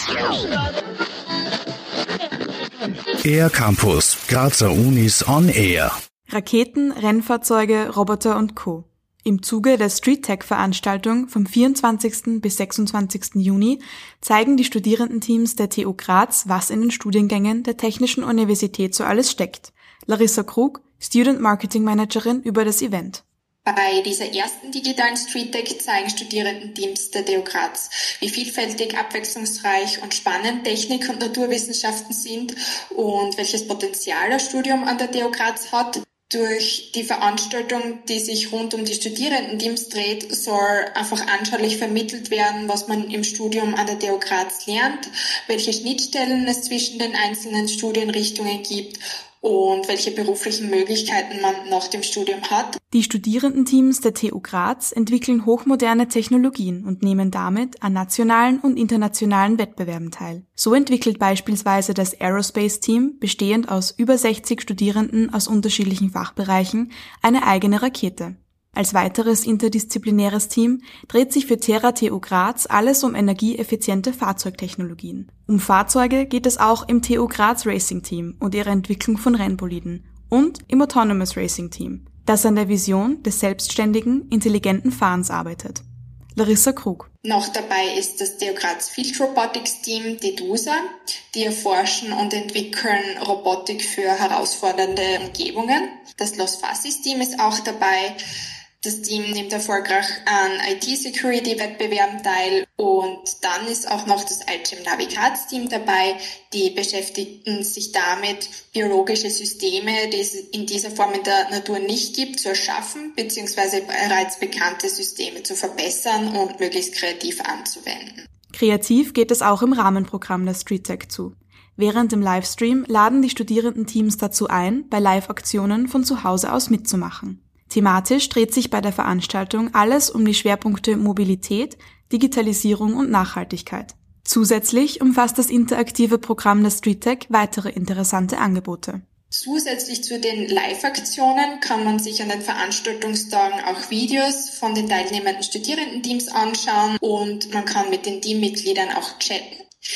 Air Campus, Grazer Unis on Air. Raketen, Rennfahrzeuge, Roboter und Co. Im Zuge der StreetTech-Veranstaltung vom 24. bis 26. Juni zeigen die Studierendenteams der TU Graz, was in den Studiengängen der Technischen Universität so alles steckt. Larissa Krug, Student Marketing Managerin, über das Event. Bei dieser ersten digitalen StreetTech zeigen Studierendenteams der TU Graz, wie vielfältig, abwechslungsreich und spannend Technik und Naturwissenschaften sind und welches Potenzial das Studium an der TU Graz hat. Durch die Veranstaltung, die sich rund um die Studierendenteams dreht, soll einfach anschaulich vermittelt werden, was man im Studium an der TU Graz lernt, welche Schnittstellen es zwischen den einzelnen Studienrichtungen gibt und welche beruflichen Möglichkeiten man nach dem Studium hat. Die Studierendenteams der TU Graz entwickeln hochmoderne Technologien und nehmen damit an nationalen und internationalen Wettbewerben teil. So entwickelt beispielsweise das Aerospace-Team, bestehend aus über 60 Studierenden aus unterschiedlichen Fachbereichen, eine eigene Rakete. Als weiteres interdisziplinäres Team dreht sich für Terra TU Graz alles um energieeffiziente Fahrzeugtechnologien. Um Fahrzeuge geht es auch im TU Graz Racing Team und ihrer Entwicklung von Rennboliden und im Autonomous Racing Team, das an der Vision des selbstständigen, intelligenten Fahrens arbeitet. Larissa Krug. Noch dabei ist das TU Graz Field Robotics Team, die DUSA, die erforschen und entwickeln Robotik für herausfordernde Umgebungen. Das Los Fassis Team ist auch dabei. Das Team nimmt erfolgreich an IT-Security-Wettbewerben teil und dann ist auch noch das iGEM Navigats-Team dabei. Die beschäftigen sich damit, biologische Systeme, die es in dieser Form in der Natur nicht gibt, zu erschaffen bzw. bereits bekannte Systeme zu verbessern und möglichst kreativ anzuwenden. Kreativ geht es auch im Rahmenprogramm der StreetTech zu. Während dem Livestream laden die Studierendenteams dazu ein, bei Live-Aktionen von zu Hause aus mitzumachen. Thematisch dreht sich bei der Veranstaltung alles um die Schwerpunkte Mobilität, Digitalisierung und Nachhaltigkeit. Zusätzlich umfasst das interaktive Programm der StreetTech weitere interessante Angebote. Zusätzlich zu den Live-Aktionen kann man sich an den Veranstaltungstagen auch Videos von den teilnehmenden Studierendenteams anschauen und man kann mit den Teammitgliedern auch chatten.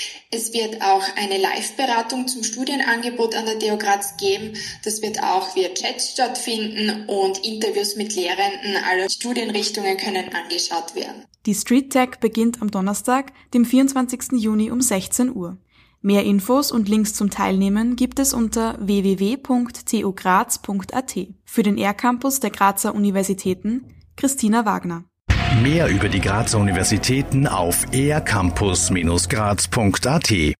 Es wird auch eine Live-Beratung zum Studienangebot an der TU Graz geben. Das wird auch via Chat stattfinden und Interviews mit Lehrenden aller Studienrichtungen können angeschaut werden. Die StreetTech beginnt am Donnerstag, dem 24. Juni um 16 Uhr. Mehr Infos und Links zum Teilnehmen gibt es unter www.tugraz.at. Für den Air Campus der Grazer Universitäten, Christina Wagner. Mehr über die Grazer Universitäten auf aircampus-graz.at.